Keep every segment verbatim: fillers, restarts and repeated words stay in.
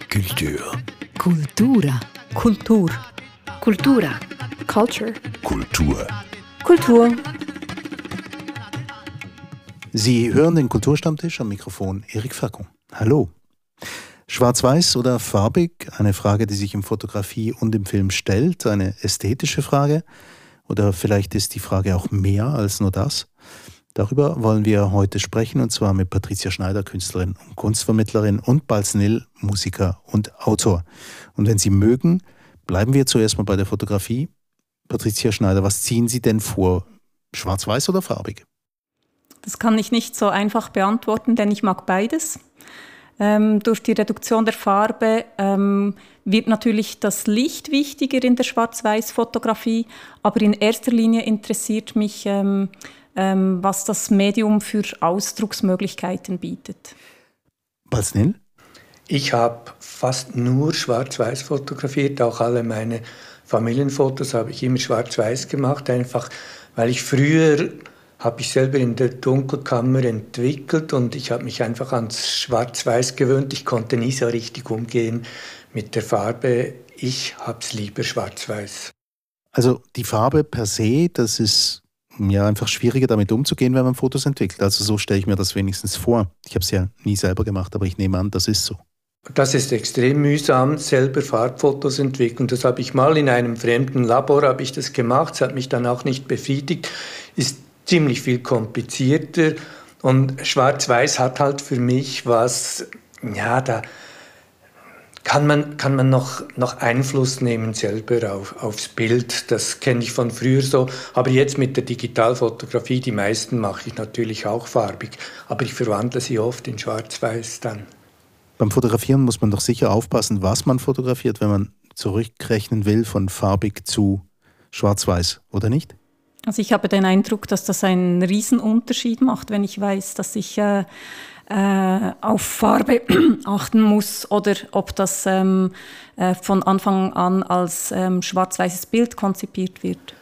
Kultur. Kultura. Kultur. Kultura. Culture. Kultur. Kultur. Sie hören den Kulturstammtisch, am Mikrofon Erik Fackung. Hallo. Schwarz-Weiß oder farbig? Eine Frage, die sich in Fotografie und im Film stellt. Eine ästhetische Frage. Oder vielleicht ist die Frage auch mehr als nur das. Darüber wollen wir heute sprechen, und zwar mit Patricia Schneider, Künstlerin und Kunstvermittlerin, und Balz Nil, Musiker und Autor. Und wenn Sie mögen, bleiben wir zuerst mal bei der Fotografie. Patricia Schneider, was ziehen Sie denn vor? Schwarz-Weiß oder farbig? Das kann ich nicht so einfach beantworten, denn ich mag beides. Ähm, durch die Reduktion der Farbe ähm, wird natürlich das Licht wichtiger in der Schwarz-Weiß-Fotografie, aber in erster Linie interessiert mich, ähm, ähm, was das Medium für Ausdrucksmöglichkeiten bietet. Balz Nil? Ich habe fast nur Schwarz-Weiß fotografiert, auch alle meine Familienfotos habe ich immer Schwarz-Weiß gemacht, einfach weil ich früher habe ich selber in der Dunkelkammer entwickelt und ich habe mich einfach ans Schwarz-Weiß gewöhnt. Ich konnte nie so richtig umgehen mit der Farbe. Ich habe es lieber Schwarz-Weiß. Also die Farbe per se, das ist ja einfach schwieriger damit umzugehen, wenn man Fotos entwickelt. Also so stelle ich mir das wenigstens vor. Ich habe es ja nie selber gemacht, aber ich nehme an, das ist so. Das ist extrem mühsam, selber Farbfotos entwickeln. Das habe ich mal in einem fremden Labor habe ich das gemacht. Das hat mich dann auch nicht befriedigt. Ist ziemlich viel komplizierter und Schwarz-Weiß hat halt für mich was, ja, da kann man, kann man noch, noch Einfluss nehmen selber auf, aufs Bild, das kenne ich von früher so, aber jetzt mit der Digitalfotografie, die meisten mache ich natürlich auch farbig, aber ich verwandle sie oft in Schwarz-Weiß dann. Beim Fotografieren muss man doch sicher aufpassen, was man fotografiert, wenn man zurückrechnen will von farbig zu Schwarz-Weiß, oder nicht? Also ich habe den Eindruck, dass das einen Riesenunterschied macht, wenn ich weiß, dass ich äh, äh, auf Farbe achten muss oder ob das ähm, äh, von Anfang an als ähm, schwarz-weißes Bild konzipiert wird.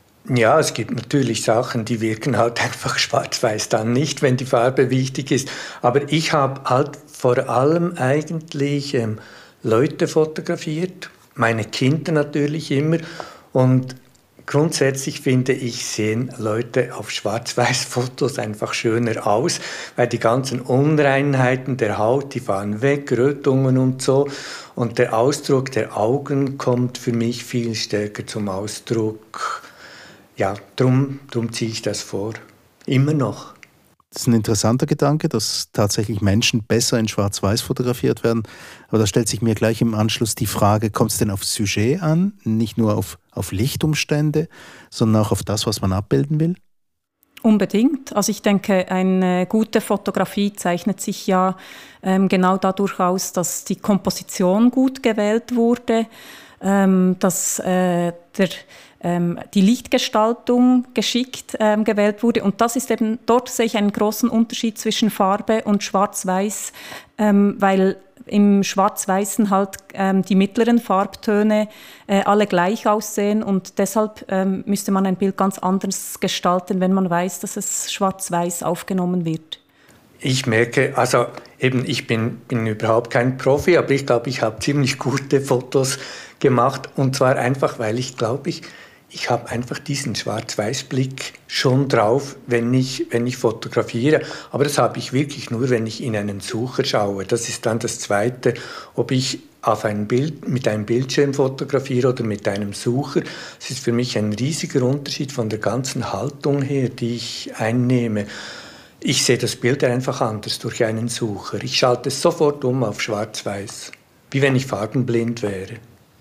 Ja, es gibt natürlich Sachen, die wirken halt einfach schwarz-weiß dann nicht, wenn die Farbe wichtig ist. Aber ich habe halt vor allem eigentlich ähm, Leute fotografiert, meine Kinder natürlich immer, und grundsätzlich finde ich, sehen Leute auf Schwarz-Weiß-Fotos einfach schöner aus, weil die ganzen Unreinheiten der Haut, die fahren weg, Rötungen und so. Und der Ausdruck der Augen kommt für mich viel stärker zum Ausdruck. Ja, drum, drum ziehe ich das vor. Immer noch. Das ist ein interessanter Gedanke, dass tatsächlich Menschen besser in Schwarz-Weiß fotografiert werden. Aber da stellt sich mir gleich im Anschluss die Frage, kommt es denn auf Sujet an? Nicht nur auf, auf Lichtumstände, sondern auch auf das, was man abbilden will? Unbedingt. Also ich denke, eine gute Fotografie zeichnet sich ja ähm, genau dadurch aus, dass die Komposition gut gewählt wurde, ähm, dass äh, der ähm, die Lichtgestaltung geschickt ähm, gewählt wurde. Und das ist eben, dort sehe ich einen großen Unterschied zwischen Farbe und Schwarz-Weiß, ähm, weil im Schwarz-Weißen halt ähm, die mittleren Farbtöne äh, alle gleich aussehen, und deshalb ähm, müsste man ein Bild ganz anders gestalten, wenn man weiß, dass es schwarz-weiß aufgenommen wird. Ich merke, also eben, ich bin, bin überhaupt kein Profi, aber ich glaube, ich habe ziemlich gute Fotos gemacht, und zwar einfach, weil ich glaube, ich, ich habe einfach diesen Schwarz-Weiß-Blick schon drauf, wenn ich, wenn ich fotografiere. Aber das habe ich wirklich nur, wenn ich in einen Sucher schaue. Das ist dann das Zweite, ob ich auf ein Bild, mit einem Bildschirm fotografiere oder mit einem Sucher. Es ist für mich ein riesiger Unterschied von der ganzen Haltung her, die ich einnehme. Ich sehe das Bild einfach anders durch einen Sucher. Ich schalte es sofort um auf Schwarz-Weiß, wie wenn ich farbenblind wäre.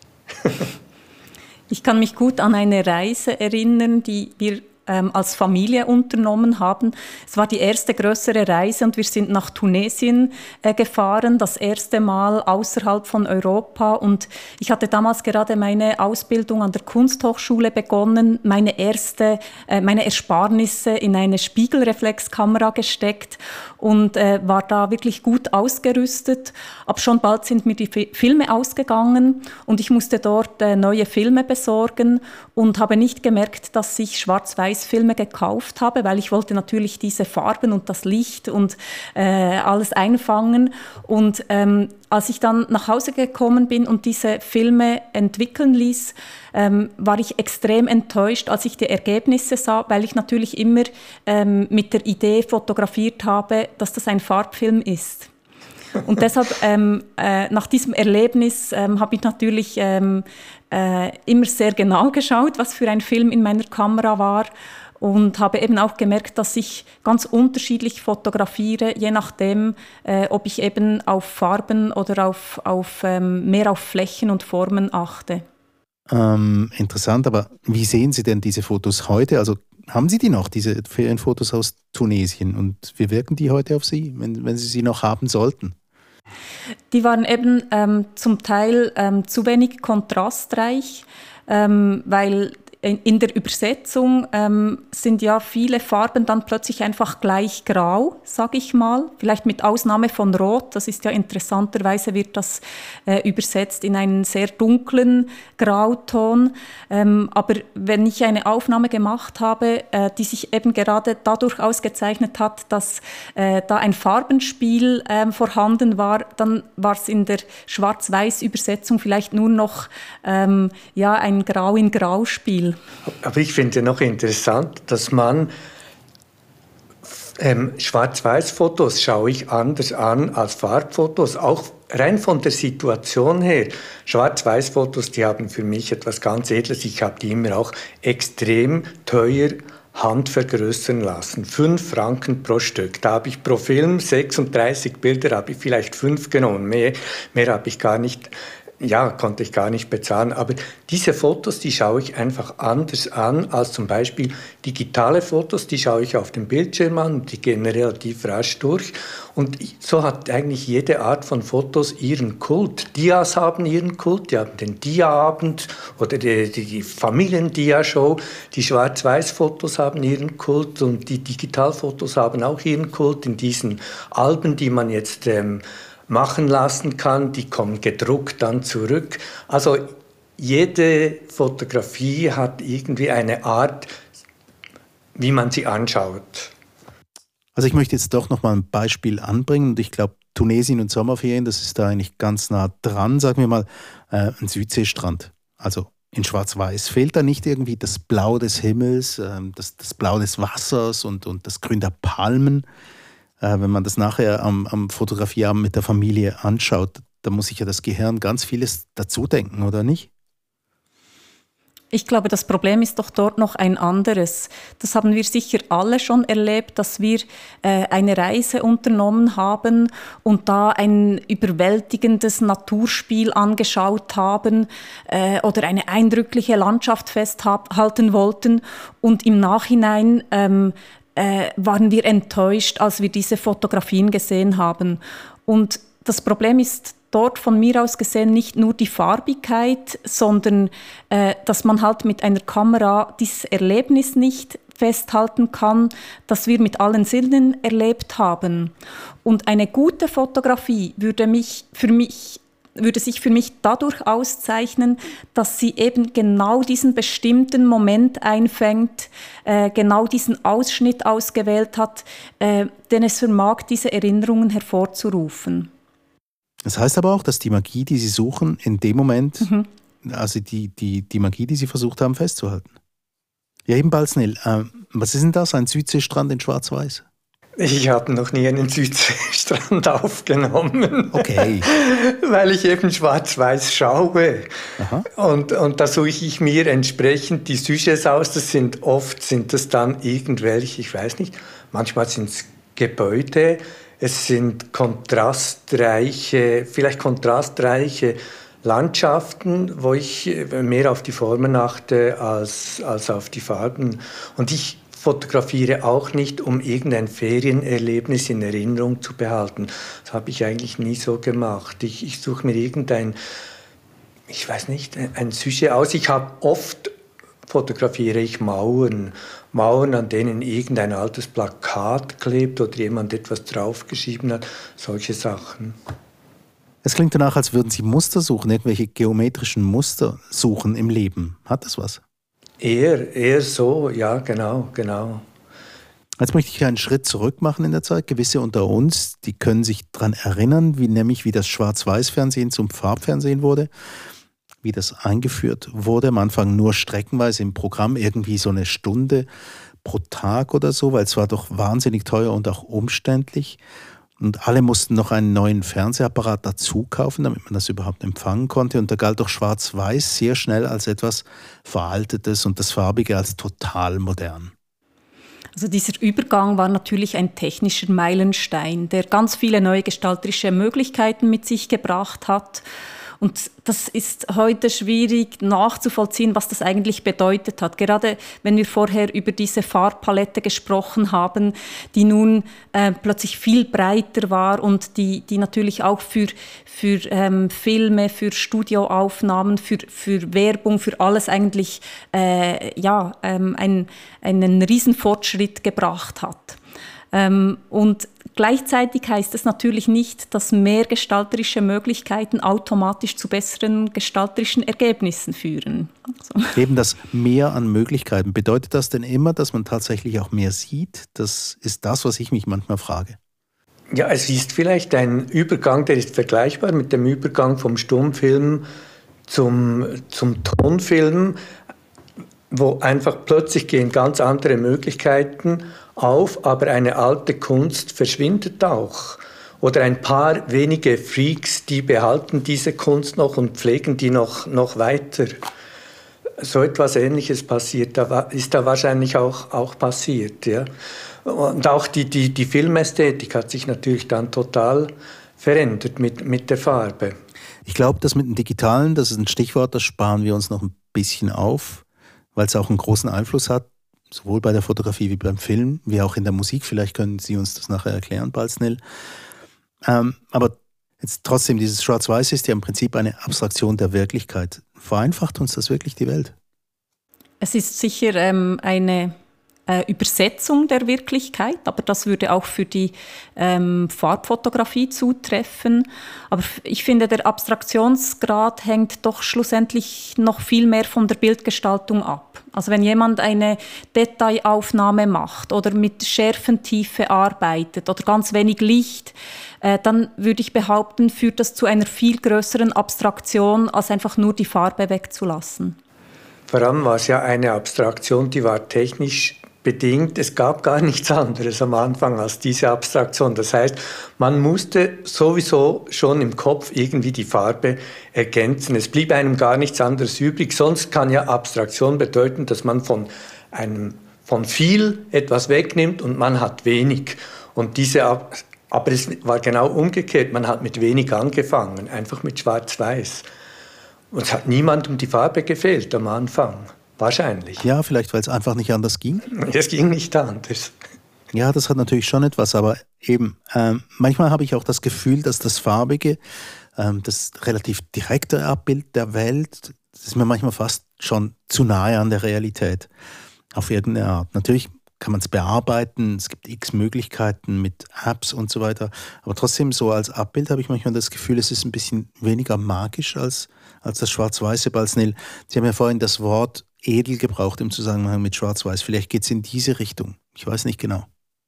Ich kann mich gut an eine Reise erinnern, die wir ähm, als Familie unternommen haben. Es war die erste größere Reise und wir sind nach Tunesien äh, gefahren, das erste Mal außerhalb von Europa. Und ich hatte damals gerade meine Ausbildung an der Kunsthochschule begonnen, meine erste, äh, meine Ersparnisse in eine Spiegelreflexkamera gesteckt und äh, war da wirklich gut ausgerüstet. Aber schon bald sind mir die Fi- Filme ausgegangen und ich musste dort äh, neue Filme besorgen und habe nicht gemerkt, dass sich Schwarz-Weiß Schwarz-Weiß-Filme gekauft habe, weil ich wollte natürlich diese Farben und das Licht und äh, alles einfangen. Und ähm, als ich dann nach Hause gekommen bin und diese Filme entwickeln ließ, ähm, war ich extrem enttäuscht, als ich die Ergebnisse sah, weil ich natürlich immer ähm, mit der Idee fotografiert habe, dass das ein Farbfilm ist. Und deshalb, ähm, äh, nach diesem Erlebnis, ähm, habe ich natürlich ähm, äh, immer sehr genau geschaut, was für ein Film in meiner Kamera war und habe eben auch gemerkt, dass ich ganz unterschiedlich fotografiere, je nachdem, äh, ob ich eben auf Farben oder auf, auf, ähm, mehr auf Flächen und Formen achte. Ähm, interessant, aber wie sehen Sie denn diese Fotos heute? Also haben Sie die noch, diese Ferienfotos aus Tunesien? Und wie wirken die heute auf Sie, wenn, wenn Sie sie noch haben sollten? Die waren eben ähm, zum Teil ähm, zu wenig kontrastreich, ähm, weil in der Übersetzung ähm, sind ja viele Farben dann plötzlich einfach gleich grau, sage ich mal. Vielleicht mit Ausnahme von Rot. Das ist ja interessanterweise, wird das äh, übersetzt in einen sehr dunklen Grauton. Ähm, aber wenn ich eine Aufnahme gemacht habe, äh, die sich eben gerade dadurch ausgezeichnet hat, dass äh, da ein Farbenspiel äh, vorhanden war, dann war es in der Schwarz-Weiß-Übersetzung vielleicht nur noch ähm, ja, ein Grau in Grau-Spiel. Aber ich finde noch interessant, dass man ähm, Schwarz-Weiß-Fotos schaue ich anders an als Farbfotos, auch rein von der Situation her. Schwarz-Weiß-Fotos, die haben für mich etwas ganz Edles. Ich habe die immer auch extrem teuer handvergrößern lassen. Fünf Franken pro Stück. Da habe ich pro Film sechsunddreißig Bilder, habe ich vielleicht fünf genommen. Mehr, mehr habe ich gar nicht. Ja, konnte ich gar nicht bezahlen. Aber diese Fotos, die schaue ich einfach anders an als zum Beispiel digitale Fotos. Die schaue ich auf dem Bildschirm an, die gehen relativ rasch durch. Und so hat eigentlich jede Art von Fotos ihren Kult. Dias haben ihren Kult, die haben den Dia-Abend oder die, die Familien-Dia-Show. Die Schwarz-Weiß-Fotos haben ihren Kult und die Digitalfotos haben auch ihren Kult. In diesen Alben, die man jetzt ähm, machen lassen kann, die kommen gedruckt dann zurück. Also jede Fotografie hat irgendwie eine Art, wie man sie anschaut. Also ich möchte jetzt doch noch mal ein Beispiel anbringen und ich glaube, Tunesien und Sommerferien, das ist da eigentlich ganz nah dran, sagen wir mal, äh, ein Südseestrand. Also in Schwarz-Weiß fehlt da nicht irgendwie das Blau des Himmels, äh, das, das Blau des Wassers und, und das Grün der Palmen. Wenn man das nachher am, am Fotografieabend mit der Familie anschaut, da muss sich ja das Gehirn ganz vieles dazu denken, oder nicht? Ich glaube, das Problem ist doch dort noch ein anderes. Das haben wir sicher alle schon erlebt, dass wir äh, eine Reise unternommen haben und da ein überwältigendes Naturspiel angeschaut haben äh, oder eine eindrückliche Landschaft festhalten wollten und im Nachhinein ähm, Äh, waren wir enttäuscht, als wir diese Fotografien gesehen haben. Und das Problem ist dort von mir aus gesehen nicht nur die Farbigkeit, sondern äh, dass man halt mit einer Kamera dieses Erlebnis nicht festhalten kann, das wir mit allen Sinnen erlebt haben. Und eine gute Fotografie würde mich für mich würde sich für mich dadurch auszeichnen, dass sie eben genau diesen bestimmten Moment einfängt, äh, genau diesen Ausschnitt ausgewählt hat, äh, den es vermag, diese Erinnerungen hervorzurufen. Das heißt aber auch, dass die Magie, die Sie suchen, in dem Moment, mhm. also die, die, die Magie, die Sie versucht haben festzuhalten. Ja, eben Balznil, äh, was ist denn das, ein Südseestrand in Schwarz-Weiß? Ich habe noch nie einen Südseestrand aufgenommen, okay. weil ich eben schwarz-weiß schaue. Aha. Und, und da suche ich mir entsprechend die Sujets aus. Das sind oft sind das dann irgendwelche, ich weiß nicht, manchmal sind es Gebäude, es sind kontrastreiche, vielleicht kontrastreiche Landschaften, wo ich mehr auf die Formen achte als, als auf die Farben. Und ich fotografiere auch nicht, um irgendein Ferienerlebnis in Erinnerung zu behalten. Das habe ich eigentlich nie so gemacht. Ich, ich suche mir irgendein, ich weiß nicht, ein Sujet aus. Ich habe oft, fotografiere ich Mauern. Mauern, an denen irgendein altes Plakat klebt oder jemand etwas draufgeschrieben hat. Solche Sachen. Es klingt danach, als würden Sie Muster suchen, irgendwelche geometrischen Muster suchen im Leben. Hat das was? Eher, eher so, ja, genau, genau. Jetzt möchte ich einen Schritt zurück machen in der Zeit. Gewisse unter uns, die können sich daran erinnern, wie nämlich wie das Schwarz-Weiß-Fernsehen zum Farbfernsehen wurde, wie das eingeführt wurde. Am Anfang nur streckenweise im Programm, irgendwie so eine Stunde pro Tag oder so, weil es war doch wahnsinnig teuer und auch umständlich. Und alle mussten noch einen neuen Fernsehapparat dazu kaufen, damit man das überhaupt empfangen konnte. Und da galt doch Schwarz-Weiß sehr schnell als etwas Veraltetes und das Farbige als total modern. Also dieser Übergang war natürlich ein technischer Meilenstein, der ganz viele neue gestalterische Möglichkeiten mit sich gebracht hat. Und das ist heute schwierig nachzuvollziehen, was das eigentlich bedeutet hat. Gerade wenn wir vorher über diese Farbpalette gesprochen haben, die nun äh, plötzlich viel breiter war und die, die natürlich auch für, für ähm, Filme, für Studioaufnahmen, für, für Werbung, für alles eigentlich äh, ja, ähm, ein, einen Riesenfortschritt gebracht hat. Ähm, und gleichzeitig heißt es natürlich nicht, dass mehr gestalterische Möglichkeiten automatisch zu besseren gestalterischen Ergebnissen führen. Also. Eben das Mehr an Möglichkeiten. Bedeutet das denn immer, dass man tatsächlich auch mehr sieht? Das ist das, was ich mich manchmal frage. Ja, es ist vielleicht ein Übergang, der ist vergleichbar mit dem Übergang vom Stummfilm zum, zum Tonfilm, wo einfach plötzlich gehen ganz andere Möglichkeiten auf, aber eine alte Kunst verschwindet auch. Oder ein paar wenige Freaks, die behalten diese Kunst noch und pflegen die noch, noch weiter. So etwas Ähnliches passiert, da ist da wahrscheinlich auch, auch passiert. Ja. Und auch die, die, die Filmästhetik hat sich natürlich dann total verändert mit, mit der Farbe. Ich glaube, das mit dem Digitalen, das ist ein Stichwort, das sparen wir uns noch ein bisschen auf, weil es auch einen großen Einfluss hat, sowohl bei der Fotografie wie beim Film, wie auch in der Musik. Vielleicht können Sie uns das nachher erklären, Balznil. Ähm, aber jetzt trotzdem, dieses Schwarz-Weiß ist ja im Prinzip eine Abstraktion der Wirklichkeit. Vereinfacht uns das wirklich die Welt? Es ist sicher ähm, eine äh, Übersetzung der Wirklichkeit, aber das würde auch für die ähm, Farbfotografie zutreffen. Aber ich finde, der Abstraktionsgrad hängt doch schlussendlich noch viel mehr von der Bildgestaltung ab. Also wenn jemand eine Detailaufnahme macht oder mit Schärfentiefe arbeitet oder ganz wenig Licht, äh, dann würde ich behaupten, führt das zu einer viel größeren Abstraktion, als einfach nur die Farbe wegzulassen. Vor allem war es ja eine Abstraktion, die war technisch bedingt. Es gab gar nichts anderes am Anfang als diese Abstraktion. Das heißt, man musste sowieso schon im Kopf irgendwie die Farbe ergänzen. Es blieb einem gar nichts anderes übrig. Sonst kann ja Abstraktion bedeuten, dass man von, einem, von viel etwas wegnimmt und man hat wenig. Und diese Ab- Aber es war genau umgekehrt. Man hat mit wenig angefangen, einfach mit Schwarz-Weiß. Und es hat niemandem die Farbe gefehlt am Anfang. Wahrscheinlich. Ja, vielleicht, weil es einfach nicht anders ging. Es ging nicht anders. Ja, das hat natürlich schon etwas, aber eben, ähm, manchmal habe ich auch das Gefühl, dass das Farbige, ähm, das relativ direkte Abbild der Welt, das ist mir manchmal fast schon zu nahe an der Realität, auf irgendeine Art. Natürlich kann man es bearbeiten, es gibt x Möglichkeiten mit Apps und so weiter, aber trotzdem so als Abbild habe ich manchmal das Gefühl, es ist ein bisschen weniger magisch als, als das Schwarz-Weiße. Balznil, Sie haben ja vorhin das Wort edel gebraucht im Zusammenhang mit Schwarz-Weiß. Vielleicht geht es in diese Richtung. Ich weiß nicht genau.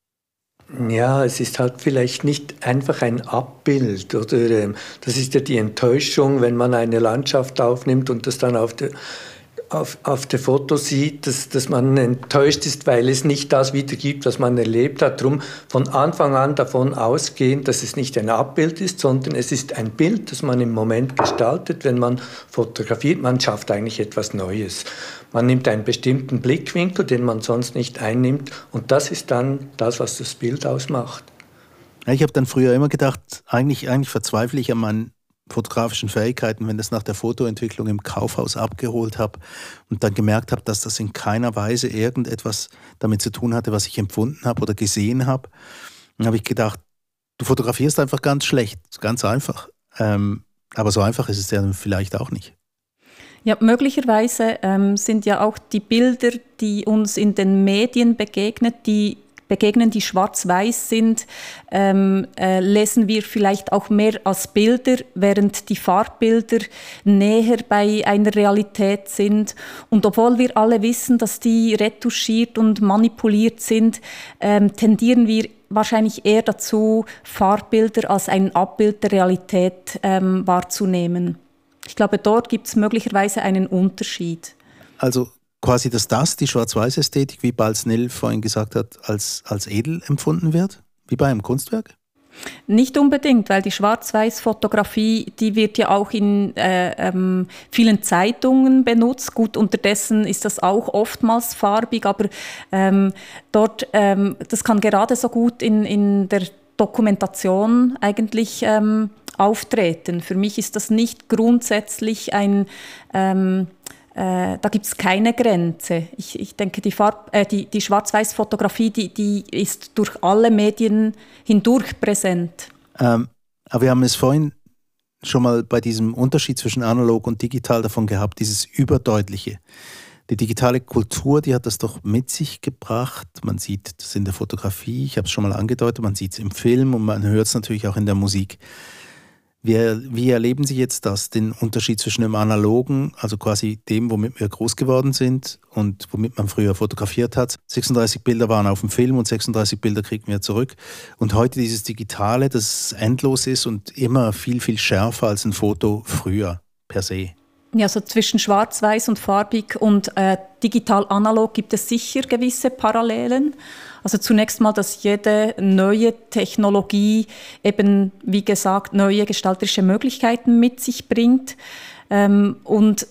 Ja, es ist halt vielleicht nicht einfach ein Abbild. Oder ähm, das ist ja die Enttäuschung, wenn man eine Landschaft aufnimmt und das dann auf der, auf, auf der Foto sieht, dass, dass man enttäuscht ist, weil es nicht das wiedergibt, was man erlebt hat. Darum von Anfang an davon ausgehen, dass es nicht ein Abbild ist, sondern es ist ein Bild, das man im Moment gestaltet. Wenn man fotografiert, man schafft eigentlich etwas Neues. Man nimmt einen bestimmten Blickwinkel, den man sonst nicht einnimmt, und das ist dann das, was das Bild ausmacht. Ja, ich habe dann früher immer gedacht, eigentlich, eigentlich verzweifle ich an meinen fotografischen Fähigkeiten, wenn das nach der Fotoentwicklung im Kaufhaus abgeholt habe und dann gemerkt habe, dass das in keiner Weise irgendetwas damit zu tun hatte, was ich empfunden habe oder gesehen habe. Dann habe ich gedacht, du fotografierst einfach ganz schlecht, ganz einfach. Ähm, aber so einfach ist es ja vielleicht auch nicht. Ja, möglicherweise ähm, sind ja auch die Bilder, die uns in den Medien begegnen, die begegnen, die schwarz-weiß sind, ähm, äh, lesen wir vielleicht auch mehr als Bilder, während die Farbbilder näher bei einer Realität sind. Und obwohl wir alle wissen, dass die retuschiert und manipuliert sind, ähm, tendieren wir wahrscheinlich eher dazu, Farbbilder als ein Abbild der Realität ähm, wahrzunehmen. Ich glaube, dort gibt es möglicherweise einen Unterschied. Also quasi, dass das, die Schwarz-Weiß-Ästhetik, wie Balz Nil vorhin gesagt hat, als, als edel empfunden wird, wie bei einem Kunstwerk? Nicht unbedingt, weil die Schwarz-Weiß-Fotografie, die wird ja auch in äh, ähm, vielen Zeitungen benutzt. Gut, unterdessen ist das auch oftmals farbig, aber ähm, dort, ähm, das kann gerade so gut in, in der Dokumentation eigentlich ähm, auftreten. Für mich ist das nicht grundsätzlich ein... Ähm, Äh, da gibt es keine Grenze. Ich, ich denke, die, Farb, äh, die, die Schwarz-Weiß-Fotografie, die, die ist durch alle Medien hindurch präsent. Ähm, aber wir haben es vorhin schon mal bei diesem Unterschied zwischen analog und digital davon gehabt, dieses Überdeutliche. Die digitale Kultur, die hat das doch mit sich gebracht. Man sieht das in der Fotografie, ich habe es schon mal angedeutet, man sieht es im Film und man hört es natürlich auch in der Musik. Wie, wie erleben Sie jetzt das, den Unterschied zwischen dem Analogen, also quasi dem, womit wir groß geworden sind und womit man früher fotografiert hat? sechsunddreißig Bilder waren auf dem Film und sechsunddreißig Bilder kriegen wir zurück. Und heute dieses Digitale, das endlos ist und immer viel, viel schärfer als ein Foto früher per se. Ja, so zwischen schwarz-weiß und farbig und äh, digital-analog gibt es sicher gewisse Parallelen. Also zunächst mal, dass jede neue Technologie eben, wie gesagt, neue gestalterische Möglichkeiten mit sich bringt. Ähm, und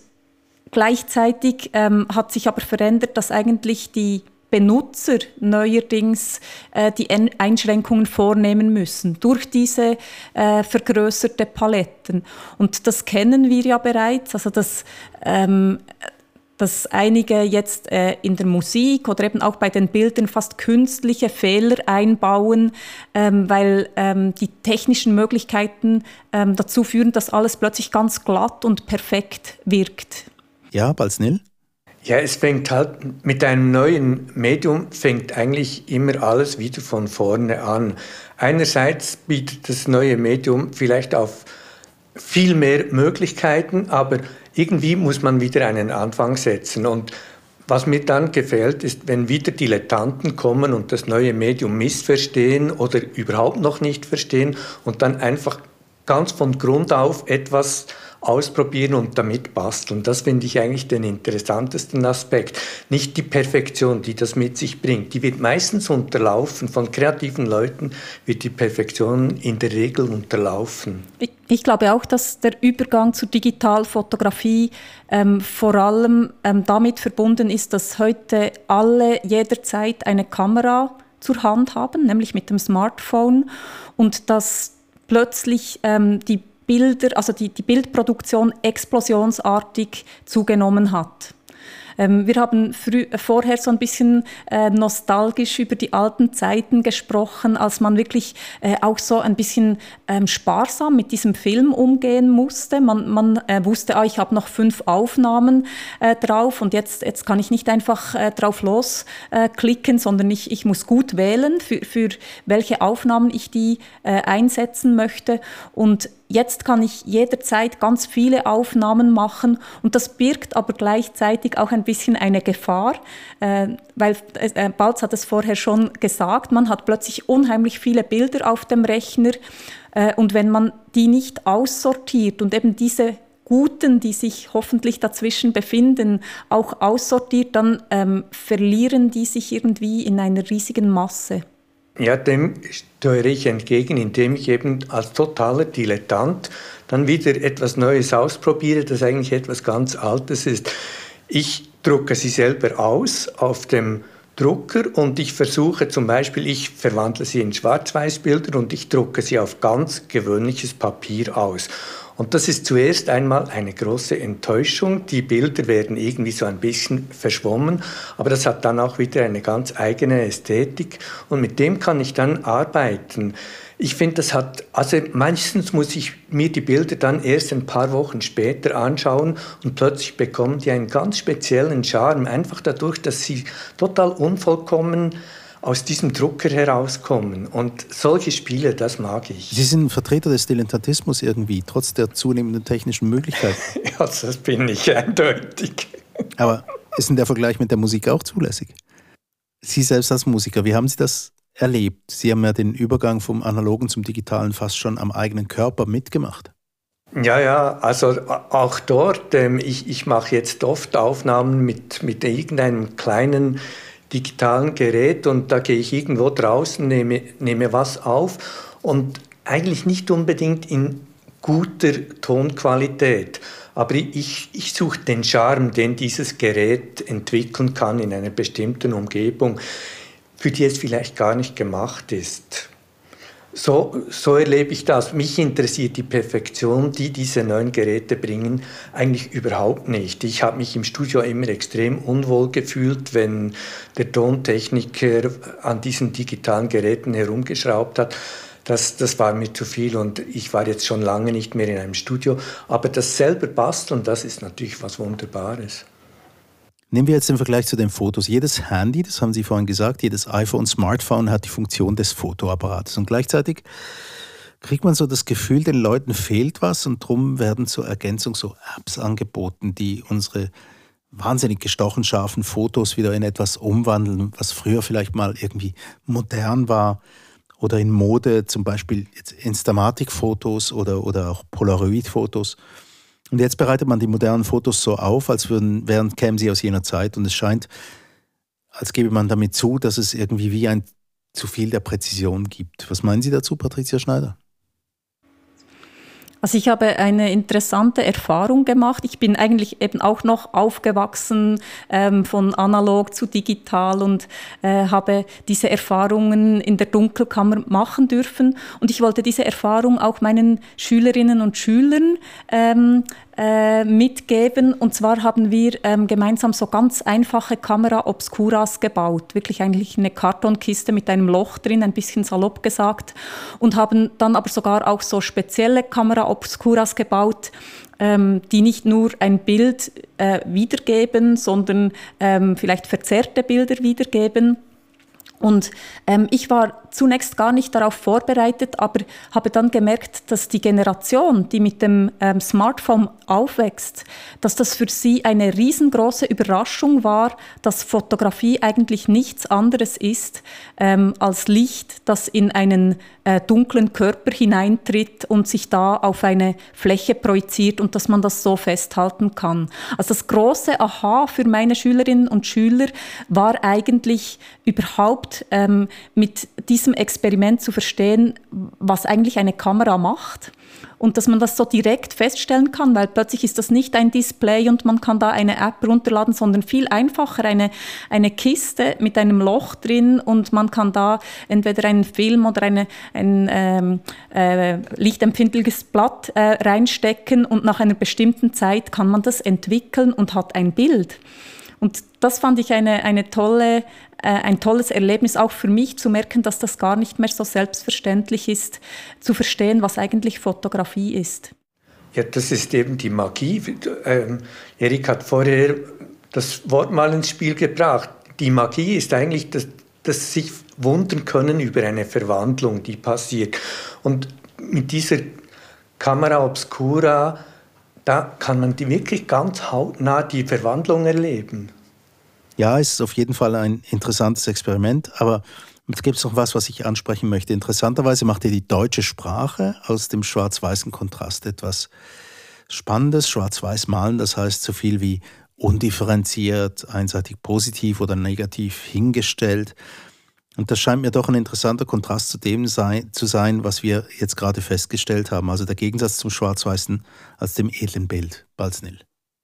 gleichzeitig ähm, hat sich aber verändert, dass eigentlich die Benutzer neuerdings äh, die Einschränkungen vornehmen müssen durch diese äh, vergrößerte Paletten. Und das kennen wir ja bereits, also dass, ähm, dass einige jetzt äh, in der Musik oder eben auch bei den Bildern fast künstliche Fehler einbauen, ähm, weil ähm, die technischen Möglichkeiten ähm, dazu führen, dass alles plötzlich ganz glatt und perfekt wirkt. Ja, Balz Nil? Ja, es fängt halt mit einem neuen Medium, fängt eigentlich immer alles wieder von vorne an. Einerseits bietet das neue Medium vielleicht auf viel mehr Möglichkeiten, aber irgendwie muss man wieder einen Anfang setzen. Und was mir dann gefällt, ist, wenn wieder Dilettanten kommen und das neue Medium missverstehen oder überhaupt noch nicht verstehen und dann einfach ganz von Grund auf etwas ausprobieren und damit basteln. Das finde ich eigentlich den interessantesten Aspekt. Nicht die Perfektion, die das mit sich bringt. Die wird meistens unterlaufen. Von kreativen Leuten wird die Perfektion in der Regel unterlaufen. Ich, ich glaube auch, dass der Übergang zur Digitalfotografie ähm, vor allem ähm, damit verbunden ist, dass heute alle jederzeit eine Kamera zur Hand haben, nämlich mit dem Smartphone, und dass plötzlich ähm, die Bilder, also die, die Bildproduktion explosionsartig zugenommen hat. Ähm, wir haben frü- vorher so ein bisschen äh, nostalgisch über die alten Zeiten gesprochen, als man wirklich äh, auch so ein bisschen ähm, sparsam mit diesem Film umgehen musste. Man, man äh, wusste, ah, ich habe noch fünf Aufnahmen äh, drauf und jetzt, jetzt kann ich nicht einfach äh, drauf losklicken, äh, sondern ich, ich muss gut wählen, für, für welche Aufnahmen ich die äh, einsetzen möchte. Und jetzt kann ich jederzeit ganz viele Aufnahmen machen und das birgt aber gleichzeitig auch ein bisschen eine Gefahr, äh, weil äh, Balz hat es vorher schon gesagt, man hat plötzlich unheimlich viele Bilder auf dem Rechner äh, und wenn man die nicht aussortiert und eben diese Guten, die sich hoffentlich dazwischen befinden, auch aussortiert, dann ähm, verlieren die sich irgendwie in einer riesigen Masse. Ja, dem steuere ich entgegen, indem ich eben als totaler Dilettant dann wieder etwas Neues ausprobiere, das eigentlich etwas ganz Altes ist. Ich drucke sie selber aus auf dem Drucker und ich versuche zum Beispiel, ich verwandle sie in Schwarz-Weiß-Bilder und ich drucke sie auf ganz gewöhnliches Papier aus. Und das ist zuerst einmal eine große Enttäuschung. Die Bilder werden irgendwie so ein bisschen verschwommen, aber das hat dann auch wieder eine ganz eigene Ästhetik und mit dem kann ich dann arbeiten. Ich finde, das hat, also meistens muss ich mir die Bilder dann erst ein paar Wochen später anschauen und plötzlich bekommen die einen ganz speziellen Charme, einfach dadurch, dass sie total unvollkommen aus diesem Drucker herauskommen. Und solche Spiele, das mag ich. Sie sind Vertreter des Dilettantismus irgendwie, trotz der zunehmenden technischen Möglichkeiten. Ja, das bin ich eindeutig. Aber ist denn der Vergleich mit der Musik auch zulässig? Sie selbst als Musiker, wie haben Sie das erlebt? Sie haben ja den Übergang vom Analogen zum Digitalen fast schon am eigenen Körper mitgemacht. Ja, ja, also auch dort, ähm, ich, ich mache jetzt oft Aufnahmen mit, mit irgendeinem kleinen digitalen Gerät und da gehe ich irgendwo draußen, nehme, nehme was auf und eigentlich nicht unbedingt in guter Tonqualität. Aber ich, ich suche den Charme, den dieses Gerät entwickeln kann in einer bestimmten Umgebung, für die es vielleicht gar nicht gemacht ist. So, so erlebe ich das. Mich interessiert die Perfektion, die diese neuen Geräte bringen, eigentlich überhaupt nicht. Ich habe mich im Studio immer extrem unwohl gefühlt, wenn der Tontechniker an diesen digitalen Geräten herumgeschraubt hat. Das, das war mir zu viel und ich war jetzt schon lange nicht mehr in einem Studio. Aber das selber basteln, das ist natürlich was Wunderbares. Nehmen wir jetzt den Vergleich zu den Fotos. Jedes Handy, das haben Sie vorhin gesagt, jedes iPhone, Smartphone hat die Funktion des Fotoapparates. Und gleichzeitig kriegt man so das Gefühl, den Leuten fehlt was und darum werden zur Ergänzung so Apps angeboten, die unsere wahnsinnig gestochen scharfen Fotos wieder in etwas umwandeln, was früher vielleicht mal irgendwie modern war oder in Mode, zum Beispiel jetzt Instamatic-Fotos oder, oder auch Polaroid-Fotos. Und jetzt bereitet man die modernen Fotos so auf, als würden, wären, kämen sie aus jener Zeit. Und es scheint, als gebe man damit zu, dass es irgendwie wie ein zu viel der Präzision gibt. Was meinen Sie dazu, Patricia Schneider? Also ich habe eine interessante Erfahrung gemacht. Ich bin eigentlich eben auch noch aufgewachsen ähm, von analog zu digital und äh, habe diese Erfahrungen in der Dunkelkammer machen dürfen. Und ich wollte diese Erfahrung auch meinen Schülerinnen und Schülern ähm, äh, mitgeben. Und zwar haben wir ähm, gemeinsam so ganz einfache Camera Obscuras gebaut. Wirklich eigentlich eine Kartonkiste mit einem Loch drin, ein bisschen salopp gesagt. Und haben dann aber sogar auch so spezielle Kamera Obscuras gebaut, ähm, die nicht nur ein Bild äh, wiedergeben, sondern ähm, vielleicht verzerrte Bilder wiedergeben. Und ähm, ich war zunächst gar nicht darauf vorbereitet, aber habe dann gemerkt, dass die Generation, die mit dem ähm, Smartphone aufwächst, dass das für sie eine riesengroße Überraschung war, dass Fotografie eigentlich nichts anderes ist ähm, als Licht, das in einen äh, dunklen Körper hineintritt und sich da auf eine Fläche projiziert und dass man das so festhalten kann. Also das große Aha für meine Schülerinnen und Schüler war eigentlich überhaupt ähm, mit diesem Experiment zu verstehen, was eigentlich eine Kamera macht und dass man das so direkt feststellen kann, weil plötzlich ist das nicht ein Display und man kann da eine App runterladen, sondern viel einfacher eine, eine Kiste mit einem Loch drin und man kann da entweder einen Film oder eine, ein ähm, äh, lichtempfindliches Blatt äh, reinstecken und nach einer bestimmten Zeit kann man das entwickeln und hat ein Bild. Und das fand ich eine, eine tolle, äh, ein tolles Erlebnis, auch für mich zu merken, dass das gar nicht mehr so selbstverständlich ist, zu verstehen, was eigentlich Fotografie ist. Ja, das ist eben die Magie. Ähm, Erik hat vorher das Wort mal ins Spiel gebracht. Die Magie ist eigentlich, dass, dass sich wundern können über eine Verwandlung, die passiert. Und mit dieser Camera Obscura, da kann man die wirklich ganz hautnah die Verwandlung erleben. Ja, es ist auf jeden Fall ein interessantes Experiment, aber es gibt noch was, was ich ansprechen möchte. Interessanterweise macht ja die deutsche Sprache aus dem schwarz-weißen Kontrast etwas Spannendes. Schwarz-weiß malen, das heißt so viel wie undifferenziert, einseitig positiv oder negativ hingestellt. Und das scheint mir doch ein interessanter Kontrast zu dem sein, zu sein, was wir jetzt gerade festgestellt haben. Also der Gegensatz zum Schwarz-Weißen als dem edlen Bild. Balznil.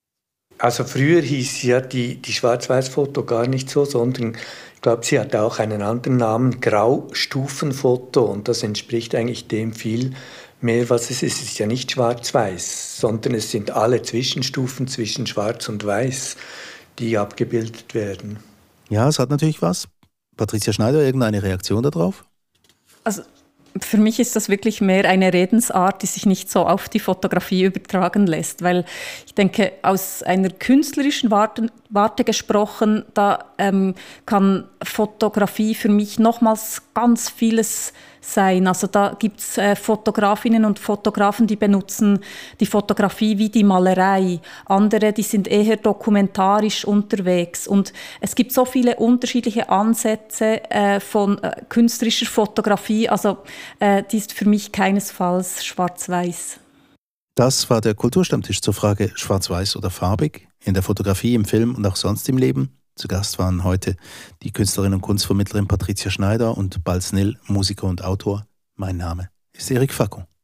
Also früher hieß ja die, die Schwarz-Weiß-Foto gar nicht so, sondern ich glaube, sie hatte auch einen anderen Namen, Graustufenfoto. Und das entspricht eigentlich dem viel mehr, was es ist. Es ist ja nicht Schwarz-Weiß, sondern es sind alle Zwischenstufen zwischen Schwarz und Weiß, die abgebildet werden. Ja, es hat natürlich was. Patricia Schneider, irgendeine Reaktion darauf? Also Für mich ist das wirklich mehr eine Redensart, die sich nicht so auf die Fotografie übertragen lässt, weil ich denke, aus einer künstlerischen Warte, Warte gesprochen, da ähm, kann Fotografie für mich nochmals ganz vieles sein. Also da gibt es äh, Fotografinnen und Fotografen, die benutzen die Fotografie wie die Malerei. Andere, die sind eher dokumentarisch unterwegs. Und es gibt so viele unterschiedliche Ansätze äh, von äh, künstlerischer Fotografie. Also äh, die ist für mich keinesfalls schwarz-weiß. Das war der Kulturstammtisch zur Frage schwarz-weiß oder farbig, in der Fotografie, im Film und auch sonst im Leben. Zu Gast waren heute die Künstlerin und Kunstvermittlerin Patricia Schneider und Balz Nil, Musiker und Autor. Mein Name ist Eric Facon.